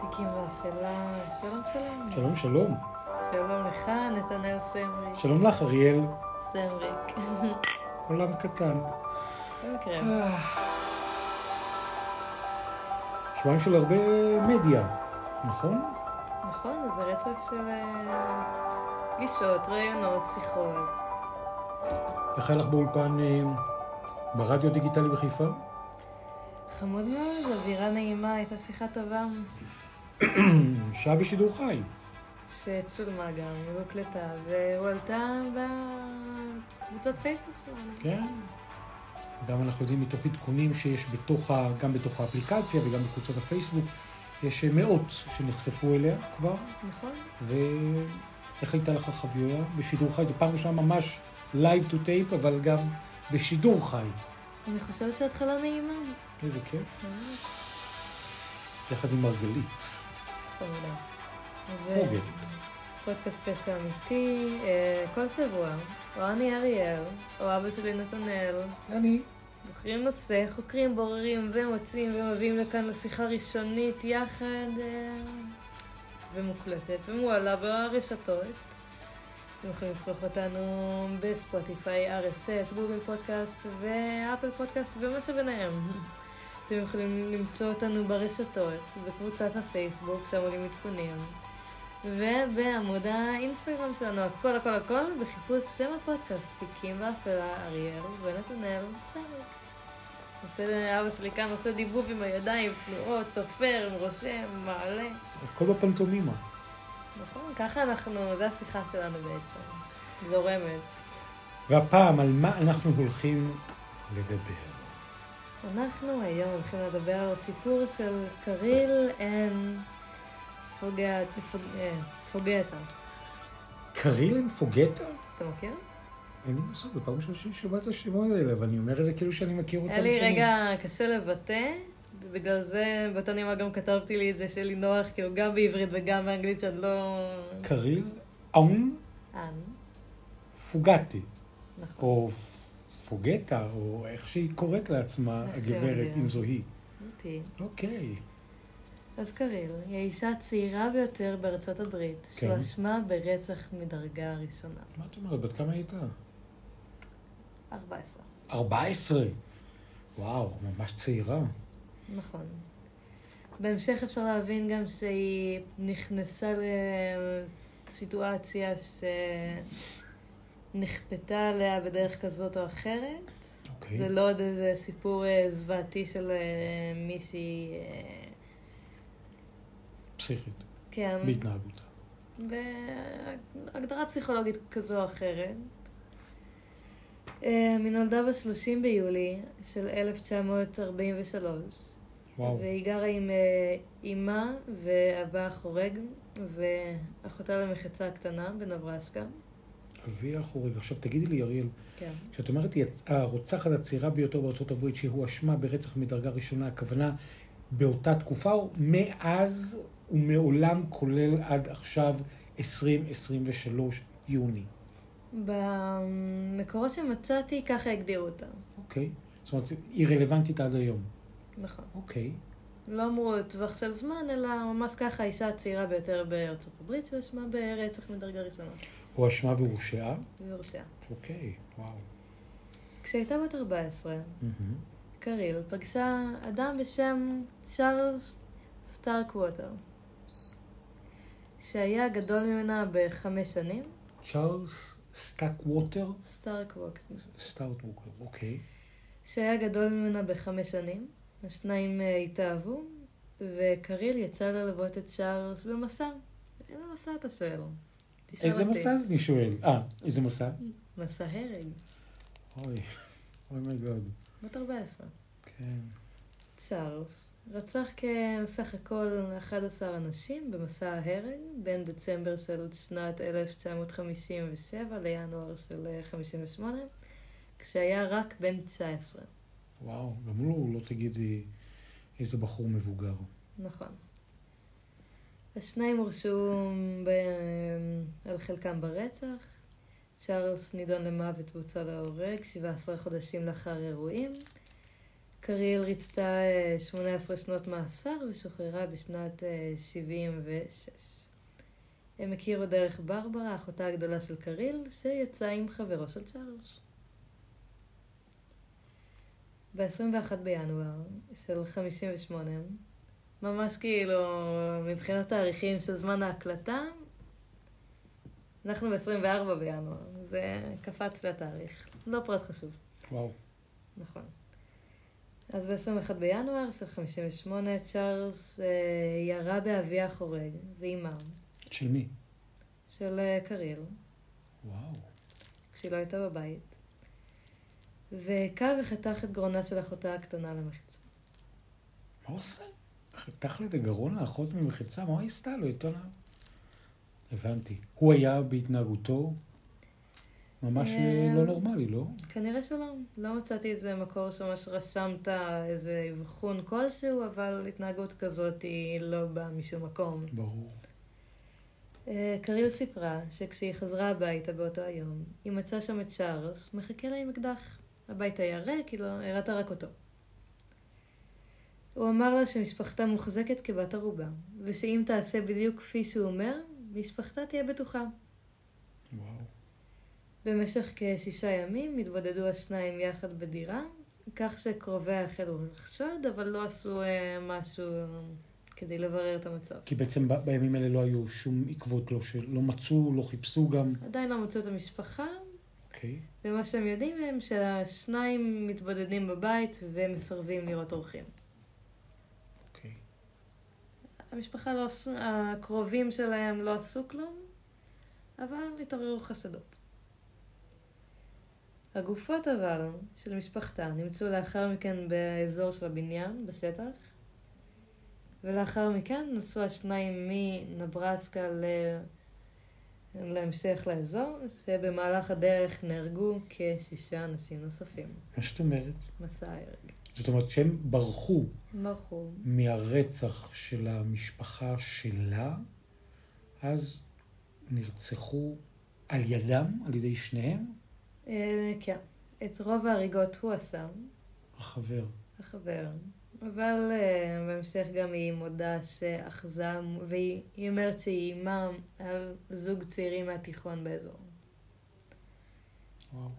תיקים באפלה, שלום שלום. שלום, שלום. שלום לך, נתנאל סמריק. שלום לך, אריאל. סמריק. עולם קטן. במקרה. שבועיים של הרבה מדיה, נכון? נכון, זה רצף של פגישות, רעיונות, שיחות. איך היה לך באולפן ברדיו דיגיטלי בחיפה? חמוד מאוד, אווירה נעימה, הייתה שיחה טובה. שעה בשידור חי. שצולמה גם, היא הוקלטה, והועלתה בקבוצת פייסבוק שלנו. כן. גם אנחנו יודעים מתוך עדכונים שיש גם בתוך האפליקציה וגם בקבוצות הפייסבוק, יש מאות שנחשפו אליה כבר. נכון. ואיך הייתה לך חוויה בשידור חי? זה פעם ראשונה ממש live to tape, אבל גם בשידור חי. אני חושבת שההתחלה נעימה. איזה כיף. ממש. יחד עם מרגלית. חמודה. פוגל. פודקאסט פשע אמיתי, כל שבוע, או אני אריאל, או אבא שלי נתנאל. אני. בוחרים נושא, חוקרים, בוררים ומוצאים ומביאים לכאן לשיחה ראשונית יחד ומוקלטת ומועלה ברשתות. אתם יכולים לצרוך אותנו בספוטיפיי, RSS, גוגל פודקאסט ואפל פודקאסט ומה שביניהם. אתם יכולים למצוא אותנו ברשתות, בקבוצת הפייסבוק, שם עולים עדכונים. ובעמוד האינסטגרם שלנו, הכל, בחיפוש שם הפודקאסט, תיקים באפלה, אריאל ונתנאל סמריק. אבא שלי כאן עושה דיבוב עם הידיים, תנועות, סופר, רושם, מעלה. הכל בפנטומימה. נכון, ככה זה השיחה שלנו בעצם, זורמת. והפעם על מה אנחנו הולכים לדבר? אנחנו היום הולכים לדבר על הסיפור של קריל אנד פוגטה. קריל אנד פוגטה? אתה מכיר? אין לי מושג, זה פעם ששומעת את השמות האלה, אבל אני אומר את זה כאילו שאני מכיר אותם. היה לי רגע קשה לבטא, ובגלל זה באותה נימה גם כתבתי לי את זה שלי נוח, כאילו גם בעברית וגם באנגלית שעד לא... קריל אנד פוגטי. נכון. או פוגטה, או איך שהיא קוראת לעצמה, הגברת, אם זו היא. אוקיי. אז קריל היא האישה הצעירה ביותר בארצות הברית, שהואשמה ברצח מדרגה ראשונה. מה את אומרת? בת כמה הייתה? 14. 14? וואו, ממש צעירה. נכון. בהמשך אפשר להבין גם שהיא נכנסה לסיטואציה שנכפתה עליה בדרך כזאת או אחרת. אוקיי. זה לא עוד איזה סיפור זוועתי של מישהי... פסיכית. כן. בהתנהגותה. בהגדרה פסיכולוגית כזו או אחרת. היא נולדה ב-30 ביולי של 1943. וואו. והיא גרה עם אימא ואבא חורג ואחותה למחצה קטנה בנברסקה. אביה חורג. עכשיו תגידי לי, אריאל, כן. כשאת אומרת היא הרוצחת הצעירה ביותר בארצות הברית שהואשמה ברצח מדרגה ראשונה, הכוונה באותה תקופה או מאז ומעולם כולל עד עכשיו 2023 יוני? במקורות שמצאתי ככה הגדירו אותה. אוקיי. זאת אומרת, היא רלוונטית עד היום. נכון. אוקיי. לא אמרו טווח של זמן, אלא ממש ככה האישה הצעירה ביותר בארצות הברית שהואשמה ברצח מדרגה ראשונה. הואשמה והורשעה? והורשעה. אוקיי, וואו. כשהייתה בת 14, קריל פגשה אדם בשם צ'ארלס סטארקווטר, שהיה גדול ממנה ב5 שנים. צ'ארלס סטארקווטר? סטארקווטר, אוקיי. שהיה גדול ממנה ב5 שנים. השניים התאהבו, וקריל יצא ללוות את צ'ארלס במסע. איזה מסע אתה שואל? איזה מסע אני שואל? איזה מסע? מסע הרג. אוי מי גוד. בת 14. כן. צ'ארלס רצח כסך הכל 11 אנשים במסע ההרג בין דצמבר של שנת 1957 לינואר של 58, כשהיה רק בן 19. וואו, גם לא תגידי איזה בחור מבוגר. נכון. השניים הורשעו על חלקם ברצח. צ'ארלס נידון למוות והוצא להורג 17 חודשים לאחר אירועים. קריל ריצתה 18 שנות מאסר ושוחררה בשנת 76. הם הכירו דרך ברברה, אחותה הגדולה של קריל, שיצאה עם חברו של צ'ארלס. ב-21 בינואר של 58, ממש כאילו מבחינת תאריכים של זמן ההקלטה, אנחנו ב-24 בינואר, זה קפץ לתאריך, לא פרט חשוב. וואו. נכון. אז ב-21 בינואר של 58, צ'ארלס ירה באביה החורג ואימם. של מי? של קריל. וואו. כשהיא לא הייתה בבית. והכה וחתך את גרונה של אחותה הקטנה למחצה. מה הוא עושה? חתך לי את הגרון לאחות ממחצה? מה היא עשתה לו? עיתונה? הבנתי. הוא היה בהתנהגותו ממש לא נורמלי, לא? כנראה שלא. לא מצאתי איזה מקור שממש רשמת איזה אבחון כלשהו, אבל התנהגות כזאת היא לא באה משום מקום. ברור. קריל סיפרה שכשהיא חזרה הביתה באותו היום, היא מצאה שם את צ'ארלס, מחכה לה עם אקדח. הבית היה ריק, היא לא הראתה רק אותו. הוא אמר לה שמשפחתה מוחזקת כבת ערובה, ושאם תעשה בדיוק כפי שהוא אומר, משפחתה תהיה בטוחה. וואו. במשך כ6 ימים התבודדו השניים יחד בדירה, כך שקרוביה החלו לחשוד, אבל לא עשו משהו כדי לברר את המצב. כי בעצם בימים האלה לא היו שום עקבות, לא מצאו, לא חיפשו גם. עדיין לא מצאו את המשפחה, אוקיי. ומה שהם יודעים הם שהשניים מתבודדים בבית ומסרבים לראות אורחים. אוקיי. המשפחה לא עשו, הקרובים שלהם לא עשו כלום, אבל התעוררו חשדות. הגופות אבל של משפחתה נמצאו לאחר מכן באזור של הבניין, בשטח, ולאחר מכן נסעו השניים מנברסקה להמשך לאזור, שבמהלך הדרך נהרגו כ6 אנשים נוספים. מה זאת אומרת? מסע ההרג. זאת אומרת שהם ברחו מהרצח של המשפחה שלה, אז נרצחו על ידם, על ידי שניהם? כן. את רוב ההריגות הוא עשה. החבר. אבל בהמשך גם היא מודה שאחזה, והיא אומרת שהיא אימה על זוג צעירים מהתיכון באזור. וואו.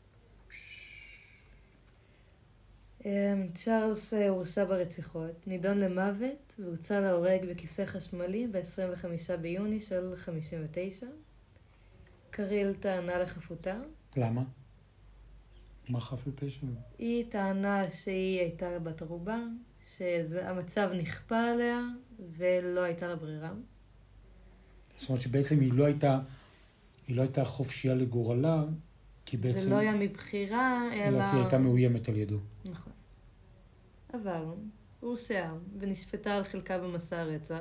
צ'ארלס הורשע ברציחות, נידון למוות והוצא להורג בכיסא חשמלי ב-25 ביוני של 59. קריל טענה לחפותה. למה? מה חף לפשע? היא טענה שהיא הייתה בת ערובה, שהמצב נכפה עליה ולא הייתה לה ברירה. זאת אומרת שבעצם היא לא הייתה חופשייה לגורלה, כי בעצם... זה לא היה מבחירה, אלא... כי היא הייתה מאוימת על ידו. נכון. אבל הורשעה ונשפטה על חלקה במסע הרצח,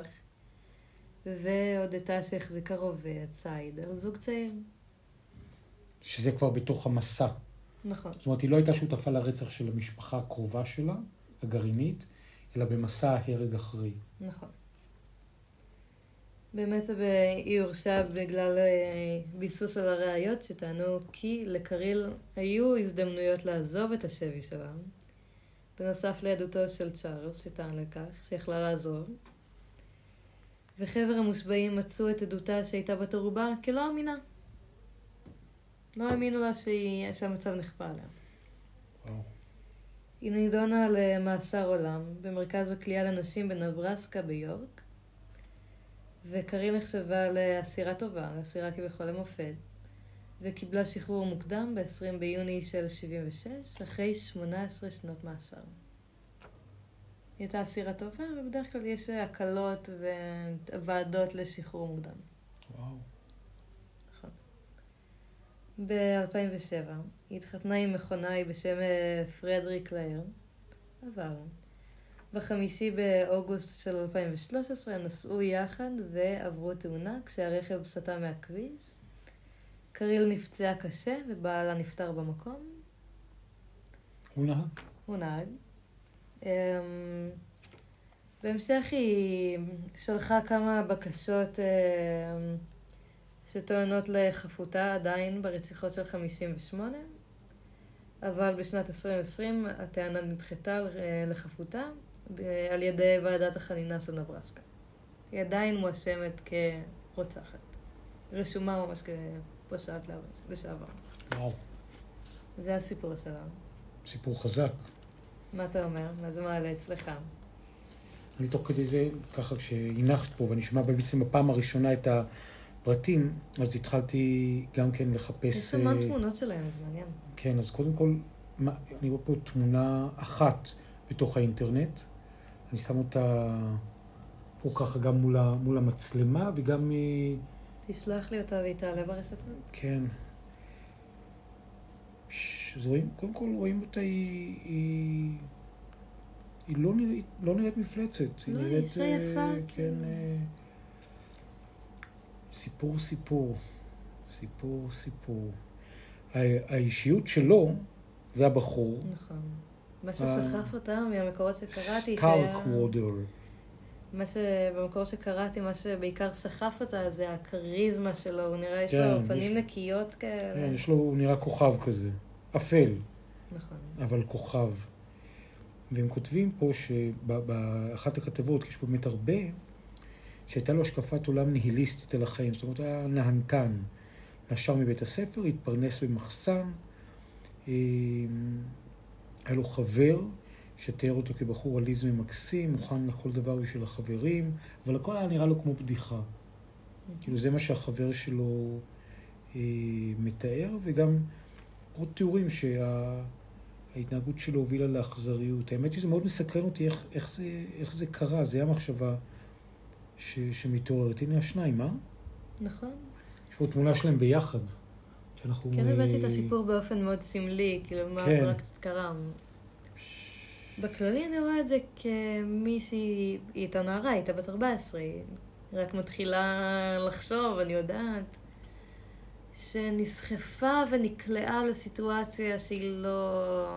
והודתה שהחזיקה רובה ציד על זוג צעיר. שזה כבר בתוך המסע. נכון. זאת אומרת, היא לא הייתה שותפה לרצח של המשפחה הקרובה שלה, הגרעינית, אלא במסע ההרג אחרי. נכון. באמת היא הורשעה בגלל ביסוס על הראיות שטענו כי לקריל היו הזדמנויות לעזוב את השבי שלה, בנוסף לידותו של צ'ארלס שטען לכך שיכלה לעזוב, וחבר המושבעים מצאו את עדותה שהייתה בת ערובה כלא אמינה. לא האמינו לה שהמצב נכפה עליה. וואו. היא נידונה למאסר עולם במרכז הכליאה לנשים בנברסקה ביורק, וקריל נחשבה לאסירה טובה, לאסירה כביכול למופת, וקיבלה שחרור מוקדם ב-20 ביוני של 76, אחרי 18 שנות מאסר. היא הייתה אסירה טובה, ובדרך כלל יש הקלות וועדות לשחרור מוקדם. וואו. נכון. ב-2007 היא התחתנה עם מכונאי בשם פרדריק לאר, אבל ב5 באוגוסט של 2013 נסעו יחד ועברו תאונה כשהרכב סטה מהכביש. קריל נפצעה קשה ובעלה נפטר במקום. הוא נהג. בהמשך היא שלחה כמה בקשות שטוענות לחפותה עדיין ברציחות של 58, אבל בשנת 2020 הטענה נדחתה לחפותה על ידי ועדת החנינה של נברסקה. היא עדיין מואשמת כרוצחת. רשומה ממש כפושעת לשעבר. וואו. זה הסיפור שלה. סיפור חזק. מה אתה אומר? מה זה מעלה אצלך? אני תוך כדי זה, ככה כשהנחת פה ואני שומע בעצם בפעם הראשונה את הפרטים, אז התחלתי גם כן לחפש... יש המון תמונות שלהם, זה מעניין. כן, אז קודם כל, אני רואה פה תמונה אחת בתוך האינטרנט. אני שם אותה פה ככה גם מול המצלמה וגם... תשלח לי אותה והיא תעלה ברשתות. כן. אז רואים, קודם כל רואים אותה, היא לא נראית מפלצת. לא, היא אישה יפה. כן, סיפור. האישיות שלו, זה הבחור. נכון. מה שסחף אותה מהמקורות שקראתי, סטארק וודר. מה שבמקור שקראתי, מה שבעיקר סחף אותה, זה הקריזמה שלו. הוא נראה, יש לו פנים נקיות כאלה. כן, הוא נראה כוכב כזה. אפל. נכון. אבל כוכב. והם כותבים פה שבאחת הכתבות, יש פה באמת הרבה, שהייתה לו השקפת עולם ניהיליסטית על החיים. זאת אומרת, היה נהנתן. נשר מבית הספר, התפרנס במחסן. היה לו חבר שתיאר אותו כבחור עליז ומקסים, מוכן לכל דבר בשביל החברים, אבל הכל היה נראה לו כמו בדיחה. כאילו זה מה שהחבר שלו מתאר, וגם עוד תיאורים שההתנהגות שלו הובילה לאכזריות. האמת היא שזה מאוד מסקרן אותי איך זה קרה, זה היה מחשבה שמתעוררת. הנה השניים, אה? נכון. יש פה תמונה שלהם ביחד. כן, הבאתי את הסיפור באופן מאוד סמלי, כאילו מה רק קרה. בכללי אני רואה את זה כמישהי, היא הייתה נערה, היא הייתה בת 14, היא רק מתחילה לחשוב, אני יודעת, שנסחפה ונקלעה לסיטואציה שהיא לא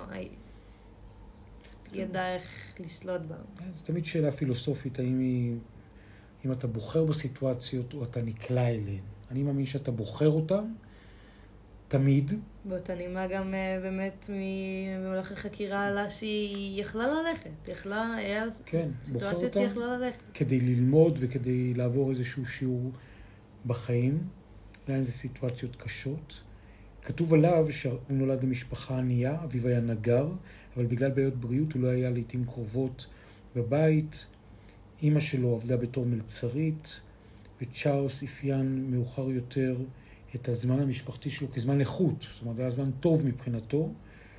ידעה איך לשלוט בה. זו תמיד שאלה פילוסופית, האם אתה בוחר בסיטואציות או אתה נקלע אליהן. אני מאמין שאתה בוחר אותן, תמיד. באותה נימה גם באמת ממהלך החקירה עלה שהיא יכלה ללכת. היה סיטואציות שהיא יכלה ללכת. כדי ללמוד וכדי לעבור איזשהו שיעור בחיים. אולי זה סיטואציות קשות. כתוב עליו שהוא נולד במשפחה ענייה, אביו היה נגר, אבל בגלל בעיות בריאות הוא לא היה לעתים קרובות בבית. אמא שלו עבדה בתור מלצרית, וצ'ארלס אפיין מאוחר יותר את הזמן המשפחתי שלו כזמן איכות, זאת אומרת, זה היה זמן טוב מבחינתו.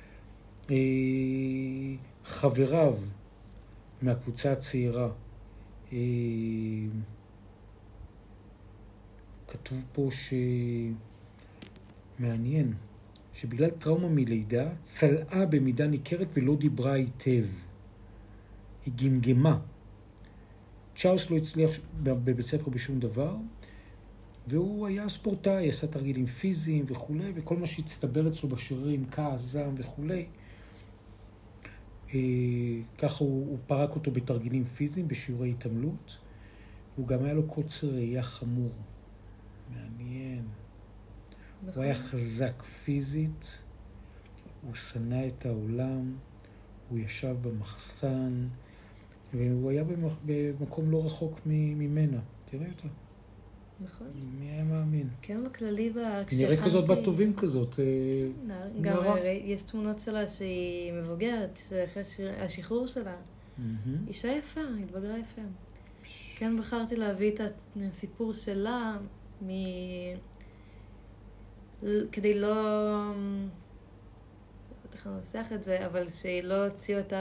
חבריו מהקבוצה הצעירה, כתוב פה מעניין, שבגלל טראומה מלידה, צלעה במידה ניכרת ולא דיברה היטב. היא גמגמה. צ'ארלס לא הצליח בבית ספר בשום דבר, והוא היה ספורטאי, עשה תרגילים פיזיים וכו', וכל מה שהצטבר אצלו בשרירים, כעס, זעם וכו'. ככה הוא פרק אותו בתרגילים פיזיים, בשיעורי התעמלות, והוא גם היה לו קוצר ראייה חמור. מעניין. נכון. הוא היה חזק פיזית, הוא שנא את העולם, הוא ישב במחסן, והוא היה במקום לא רחוק ממנה. תראה אותה. נכון. מי היה מאמין? כן, בכללי, היא נראית כזאת בטובים כזאת. גם יש תמונות שלה שהיא מבוגרת, אחרי השחרור שלה. אישה יפה, התבגרה יפה. כן, בחרתי להביא את הסיפור שלה כדי לא... איך אני אנסח את זה, אבל שהיא לא הוציא אותה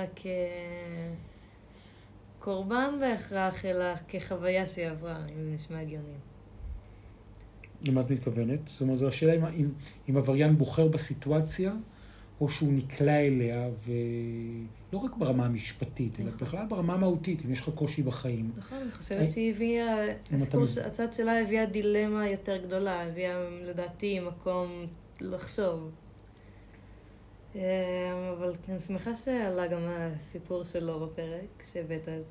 כקורבן בהכרח, אלא כחוויה שהיא עברה, אם זה נשמע הגיוני. למה את מתכוונת? זאת אומרת, זו השאלה אם עבריין בוחר בסיטואציה, או שהוא נקלע אליה, ולא רק ברמה המשפטית, אלא בכלל ברמה המהותית, אם יש לך קושי בחיים. נכון, אני חושבת שהיא הביאה, הצד שלה הביאה דילמה יותר גדולה, הביאה לדעתי מקום לחשוב. אבל אני שמחה שעלה גם הסיפור שלו בפרק, שהבאת את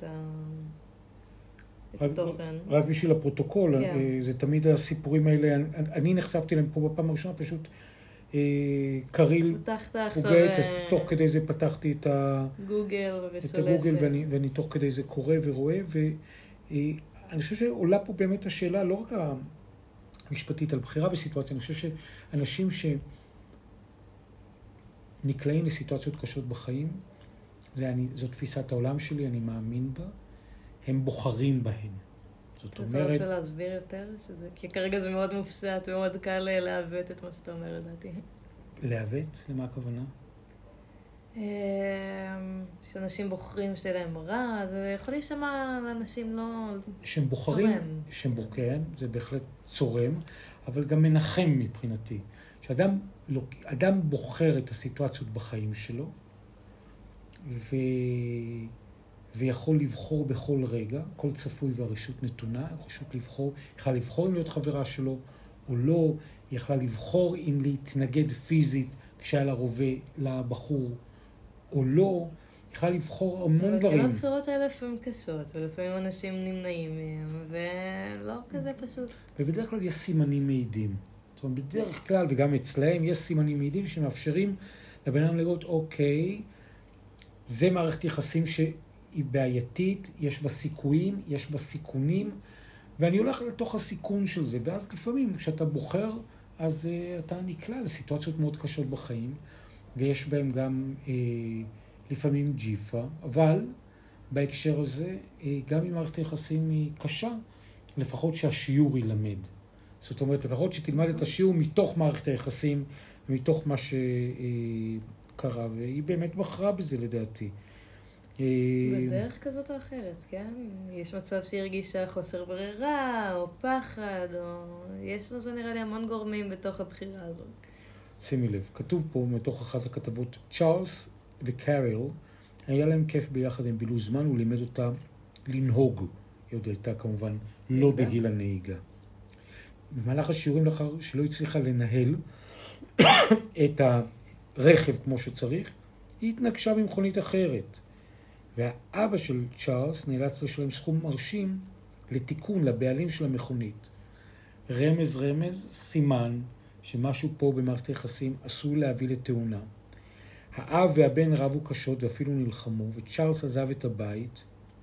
התוכן. רק בשביל הפרוטוקול, זה תמיד הסיפורים האלה, אני נחשפתי להם פה בפעם הראשונה, פשוט קריל, פתחת עכשיו... תוך כדי זה פתחתי את גוגל ושולף. את הגוגל, ואני תוך כדי זה קורא ורואה, ואני חושב שעולה פה באמת השאלה, לא רק המשפטית על בחירה בסיטואציה, אני חושב שאנשים שנקלעים לסיטואציות קשות בחיים, זו תפיסת העולם שלי, אני מאמין בה, הם בוחרים בהן. זאת אומרת... אתה רוצה להסביר יותר? כי כרגע זה מאוד מופסט ומאוד קל לעוות את מה שאתה אומר, לדעתי. לעוות? למה הכוונה? שאנשים בוחרים שתהיה להם רע, זה יכול להישמע לאנשים לא... שהם בוחרים, כן, זה בהחלט צורם, אבל גם מנחם מבחינתי. שאדם בוחר את הסיטואציות בחיים שלו, ויכול לבחור בכל רגע, כל צפוי והרשות נתונה, יכולה לבחור אם להיות חברה שלו או לא, יכולה לבחור אם להתנגד פיזית כשהיה לה רובה לבחור או לא, יכולה לבחור המון דברים. אבל הבחירות האלה לפעמים קשות, ולפעמים אנשים נמנעים מהם, ולא כזה פשוט. ובדרך כלל יש סימנים מעידים. זאת אומרת, בדרך כלל, וגם אצלהם, יש סימנים מעידים שמאפשרים לבן אדם לראות, אוקיי, זה מערכת יחסים שהיא בעייתית, יש בה סיכויים, יש בה סיכונים, ואני הולך לתוך הסיכון של זה, ואז לפעמים כשאתה בוחר, אז אתה נקלע לסיטואציות מאוד קשות בחיים, ויש בהם גם לפעמים ג'יפה, אבל בהקשר הזה, גם אם מערכת היחסים היא קשה, לפחות שהשיעור ילמד. זאת אומרת, לפחות שתלמד את השיעור מתוך מערכת היחסים, ומתוך מה שקרה, והיא באמת בחרה בזה לדעתי. בדרך כזאת או אחרת, כן? יש מצב שהיא הרגישה חוסר ברירה, או פחד, או... יש לזה נראה לי המון גורמים בתוך הבחירה הזאת. שימי לב, כתוב פה מתוך אחת הכתבות, צ'ארלס וקריל, היה להם כיף ביחד, הם בילו זמן, הוא לימד אותה לנהוג. היא עוד הייתה כמובן לא בגיל הנהיגה. במהלך השיעורים לאחר שלא הצליחה לנהל את הרכב כמו שצריך, היא התנגשה במכונית אחרת. והאבא של צ'ארלס נאלץ לשלם סכום מרשים לתיקון לבעלים של המכונית. רמז, סימן שמשהו פה במערכת היחסים עשוי להביא לתאונה. האב והבן רבו קשות ואפילו נלחמו, וצ'ארלס עזב את הבית,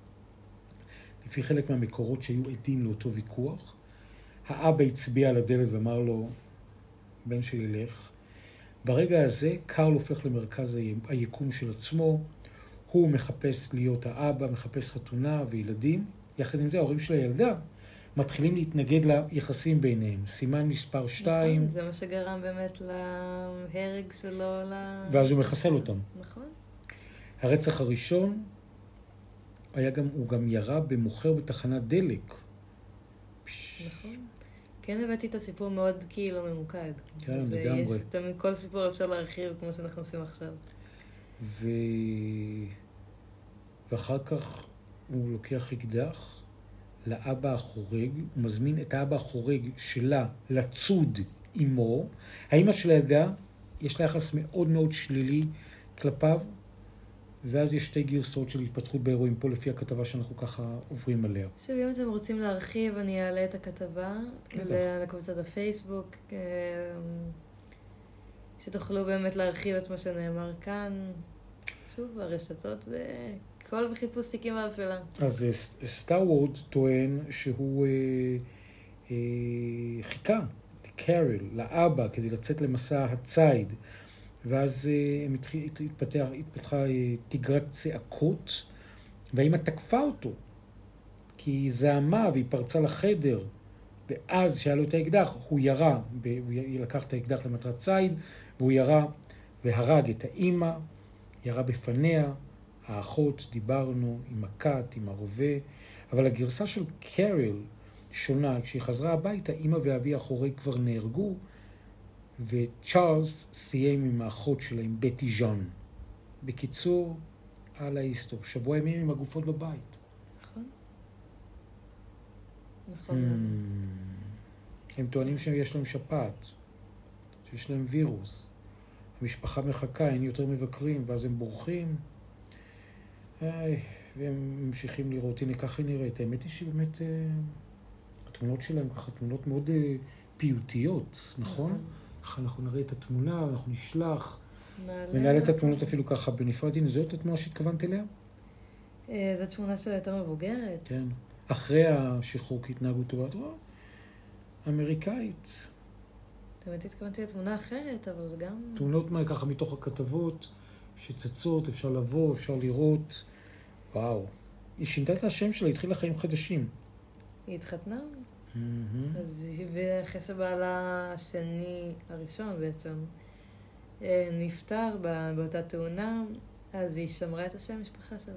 לפי חלק מהמקורות שהיו עדים לאותו ויכוח. האבא הצביע על הדלת ואמר לו, בן שלי לך. ברגע הזה קרל הופך למרכז היקום של עצמו, הוא מחפש להיות האבא, מחפש חתונה וילדים. יחד עם זה, ההורים של הילדה מתחילים להתנגד ליחסים ביניהם. סימן מספר 2. זה מה שגרם באמת להרג שלו. ואז הוא מחסל אותם. נכון. הרצח הראשון, הוא גם ירה במוכר בתחנת דלק. נכון. כן, הבאתי את הסיפור מאוד כאילו ממוקד. כן, לגמרי. תמיד כל סיפור אפשר להרחיב כמו שאנחנו עושים עכשיו. ואחר כך הוא לוקח אקדח לאבא החורג, הוא מזמין את האבא החורג שלה לצוד עמו. האמא של הילדה, יש לה יחס מאוד מאוד שלילי כלפיו, ואז יש 2 גרסאות של התפתחות באירועים פה לפי הכתבה שאנחנו ככה עוברים עליה. עכשיו, אם אתם רוצים להרחיב, אני אעלה את הכתבה לקבוצת הפייסבוק, שתוכלו באמת להרחיב את מה שנאמר כאן. שוב, הרשתות וכל בחיפוש תיקים באפלה. אז סטארוורד טוען שהוא חיכה לקריל, לאבא, כדי לצאת למסע הציד, ואז התפתחה תגרת צעקות, והאמא תקפה אותו, כי היא זעמה והיא פרצה לחדר, ואז שהיה לו את האקדח, הוא ירה, הוא לקח את האקדח למטרת ציד, והוא ירה והרג את האמא, ירה בפניה, האחות, דיברנו עם הכת, עם הרובה, אבל הגרסה של קריל שונה, כשהיא חזרה הביתה, אמא ואבי החורג כבר נהרגו, וצ'ארלס סיים עם האחות שלה, עם בטי ז'אן. בקיצור, על ההיסטור, 7 ימים עם הגופות בבית. נכון. נכון. הם טוענים שיש להם שפעת, שיש להם וירוס. המשפחה מחכה, אין יותר מבקרים, ואז הם בורחים. והם ממשיכים לראות, הנה ככה היא נראית. האמת היא שבאמת התמונות שלהם ככה, תמונות מאוד פיוטיות, נכון? אנחנו נראה את התמונה, אנחנו נשלח, נעלה. ונעלה את התמונות אפילו ככה בנפרד. הנה, זאת התמונה שהתכוונת אליה? זו תמונה שלה יותר מבוגרת. כן. אחרי השחרור כהתנהגות טובה, את רואה? אמריקאית. תמיד התכוונתי לתמונה אחרת, אבל זה גם... תמונות ככה מתוך הכתבות שצצות, אפשר לבוא, אפשר לראות. וואו. היא שינתה את השם שלה, התחילה חיים חדשים. היא התחתנה? אז ואחרי שבעלה השני, הראשון בעצם, נפטר באותה תאונה, אז היא שמרה את השם משפחה שלה.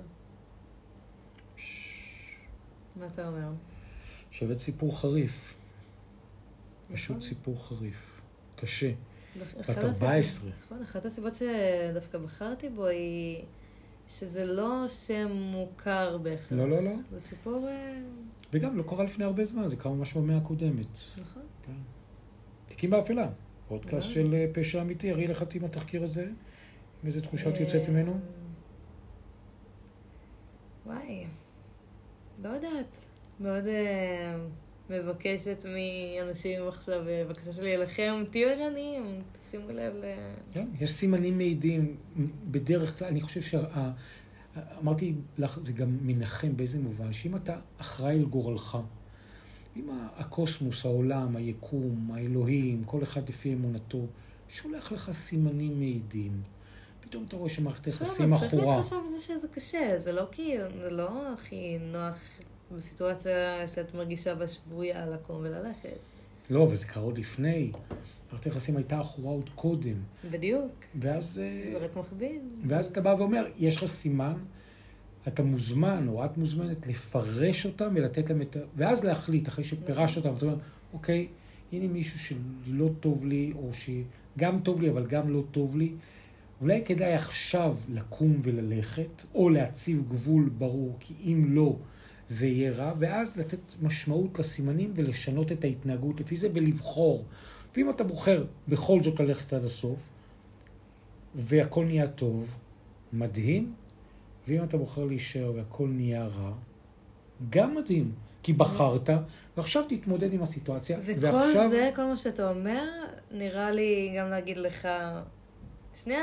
מה אתה אומר? שווה סיפור חריף. פשוט סיפור חריף. קשה. בת 14. נכון, אחת הסיבות שדווקא בחרתי בו היא שזה לא שם מוכר בהכרח. לא, לא, לא. זה סיפור... וגם לא קרה לפני הרבה זמן, זה קרה ממש במאה הקודמת. נכון. כן. תיקים באפלה. פודקאסט של פשע אמיתי. הראי לך עם התחקיר הזה. עם איזה תחושת יוצאת ממנו? וואי. לא יודעת. מאוד מבקשת מאנשים עכשיו, בבקשה שלי לכם, תהיו ערניים, תשימו לב כן, יש סימנים מעידים. בדרך כלל, אני חושב אמרתי לך, זה גם מנחם באיזה מובן, שאם אתה אחראי לגורלך, אם הקוסמוס, העולם, היקום, האלוהים, כל אחד לפי אמונתו, שולח לך סימנים מעידים. פתאום אתה רואה שמערכת יחסים אחורה. צריך להתחשב בזה שזה קשה, זה לא הכי נוח בסיטואציה שאת מרגישה בשבויה לקום וללכת. לא, אבל זה קרה עוד לפני. מערכת יחסים הייתה אחורה עוד קודם. בדיוק. ואז... זה רק מכביד. ואז אתה בא ואומר, יש לך סימן, אתה מוזמן או את מוזמנת לפרש אותם ולתת להם את... ואז להחליט, אחרי שפירש אותם, אתה אומר, אוקיי, הנה מישהו שלא טוב לי, או שגם טוב לי, אבל גם לא טוב לי. אולי כדאי עכשיו לקום וללכת, או להציב גבול ברור, כי אם לא, זה יהיה רע, ואז לתת משמעות לסימנים ולשנות את ההתנהגות לפי זה ולבחור. ואם אתה בוחר בכל זאת ללכת עד הסוף, והכל נהיה טוב, מדהים, ואם אתה בוחר להישאר והכל נהיה רע, גם מדהים, כי בחרת, ועכשיו תתמודד עם הסיטואציה. וכל זה, כל מה שאתה אומר, נראה לי גם להגיד לך, שנייה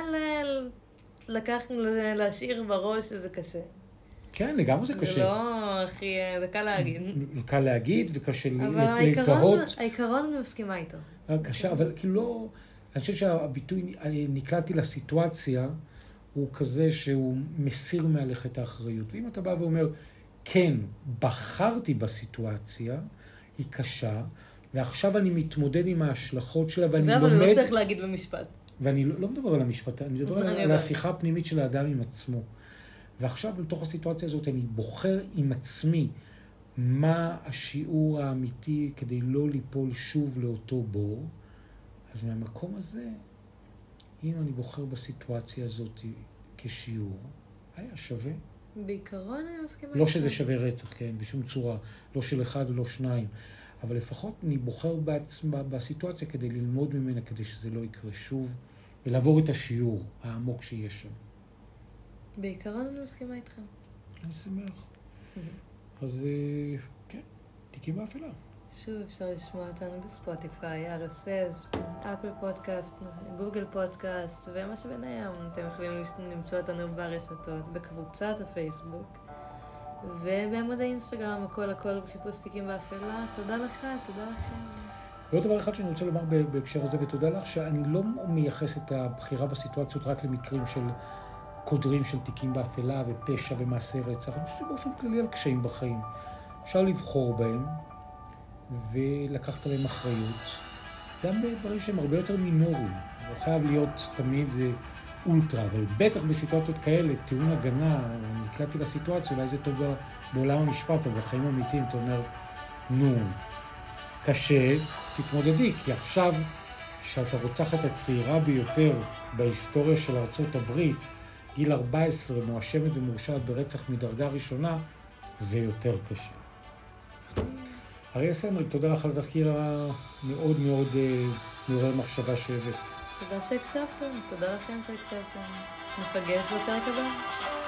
להשאיר בראש שזה קשה. כן, לגמרי זה קשה. זה לא הכי, זה קל להגיד. קל להגיד וקשה לזהות. אבל העיקרון אני מסכימה איתו. קשה, אבל כאילו לא... אני חושב שהביטוי נקלעתי לסיטואציה, הוא כזה שהוא מסיר מעליך את האחריות. ואם אתה בא ואומר, כן, בחרתי בסיטואציה, היא קשה, ועכשיו אני מתמודד עם ההשלכות שלה, ואני לומד... זה אבל לא צריך להגיד במשפט. ואני לא מדבר על המשפט, אני מדבר על השיחה הפנימית של האדם עם עצמו. ועכשיו בתוך הסיטואציה הזאת אני בוחר עם עצמי מה השיעור האמיתי כדי לא ליפול שוב לאותו בור. אז מהמקום הזה, אם אני בוחר בסיטואציה הזאת כשיעור, היה שווה. בעיקרון אני מסכימה. לא שזה שווה רצח, כן, בשום צורה. לא של אחד ולא שניים. אבל לפחות אני בוחר בסיטואציה כדי ללמוד ממנה, כדי שזה לא יקרה שוב, ולעבור את השיעור העמוק שיש שם. בעיקרון אני מסכימה איתך. אני שמח. אז כן, תיקים באפלה. שוב אפשר לשמוע אותנו בספוטיפיי, RSS, אפל פודקאסט, גוגל פודקאסט ומה שביניהם. אתם יכולים למצוא אותנו ברשתות, בקבוצת הפייסבוק ובעמוד האינסטגרם, הכל בחיפוש תיקים באפלה. תודה לך, תודה לכם. ועוד דבר אחד שאני רוצה לומר בהקשר הזה, ותודה לך, שאני לא מייחס את הבחירה בסיטואציות רק למקרים של קודרים של תיקים באפלה ופשע ומעשי רצח. אני חושב שבאופן כללי על קשיים בחיים. אפשר לבחור בהם ולקחת עליהם אחריות. גם בדברים שהם הרבה יותר מינוריים. לא חייב להיות תמיד זה אולטרה, אבל בטח בסיטואציות כאלה, טיעון הגנה, נקלעתי לסיטואציה, אולי זה טוב בעולם המשפט, אבל בחיים אמיתיים, אתה אומר, נו, קשה, תתמודדי, כי עכשיו שאתה רוצחת הצעירה ביותר בהיסטוריה של ארצות הברית, גיל 14, מואשמת ומורשעת ברצח מדרגה ראשונה, זה יותר קשה. אריאל סנדריק, תודה לך על תחקיר מאוד מאוד מעורר מחשבה שהבאת. תודה שהקשבתם, תודה לכם שהקשבתם. נפגש בפרק הבא.